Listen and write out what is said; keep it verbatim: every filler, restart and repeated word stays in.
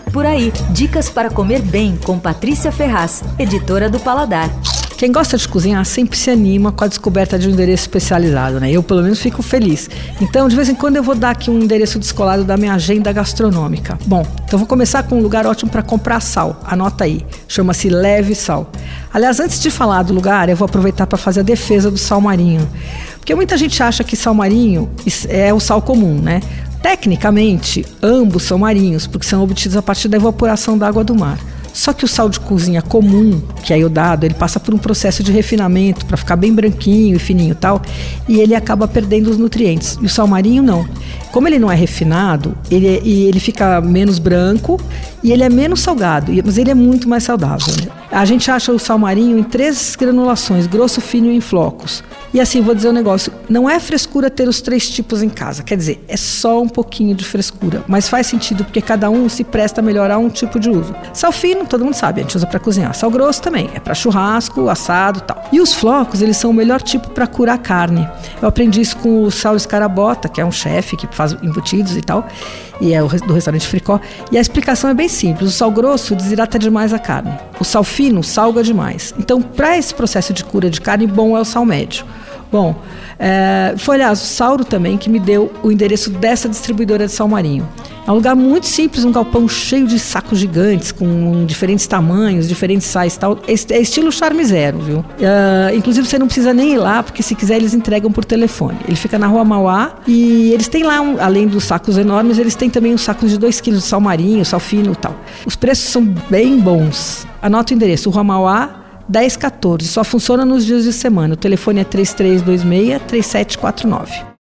Por Aí, dicas para comer bem com Patrícia Ferraz, editora do Paladar. Quem gosta de cozinhar sempre se anima com a descoberta de um endereço especializado, né? Eu, pelo menos, fico feliz. Então, de vez em quando, eu vou dar aqui um endereço descolado da minha agenda gastronômica. Bom, então vou começar com um lugar ótimo para comprar sal. Anota aí. Chama-se Leve Sal. Aliás, antes de falar do lugar, eu vou aproveitar para fazer a defesa do sal marinho. Porque muita gente acha que sal marinho é o sal comum, né? Tecnicamente, ambos são marinhos, porque são obtidos a partir da evaporação da água do mar. Só que o sal de cozinha comum, que é iodado, ele passa por um processo de refinamento para ficar bem branquinho e fininho e tal, e ele acaba perdendo os nutrientes. E o sal marinho não. Como ele não é refinado, ele, é, e ele fica menos branco e ele é menos salgado, mas ele é muito mais saudável, né? A gente acha o sal marinho em três granulações, grosso, fino e em flocos. E assim, vou dizer um negócio, não é frescura ter os três tipos em casa, quer dizer, é só um pouquinho de frescura, mas faz sentido porque cada um se presta a melhorar um tipo de uso. Sal fino, todo mundo sabe, a gente usa para cozinhar. Sal grosso também, é para churrasco, assado e tal. E os flocos, eles são o melhor tipo para curar carne. Eu aprendi isso com o Saulo Scarabota, que é um chefe que faz embutidos e tal, e é do restaurante Fricó, e a explicação é bem simples. O sal grosso desidrata demais a carne, o sal fino salga demais. Então, para esse processo de cura de carne, bom é o sal médio. Bom, é, foi aliás o Sauro também que me deu o endereço dessa distribuidora de sal marinho. É um lugar muito simples, um galpão cheio de sacos gigantes, com diferentes tamanhos, diferentes sais e tal. É, é estilo Charme Zero, viu? Uh, inclusive você não precisa nem ir lá, porque se quiser eles entregam por telefone. Ele fica na Rua Mauá e eles têm lá, um, além dos sacos enormes, eles têm também uns sacos de dois quilos de sal marinho, sal fino e tal. Os preços são bem bons. Anota o endereço, Rua Mauá, dez quatorze, só funciona nos dias de semana. O telefone é três três dois seis, três sete quatro nove.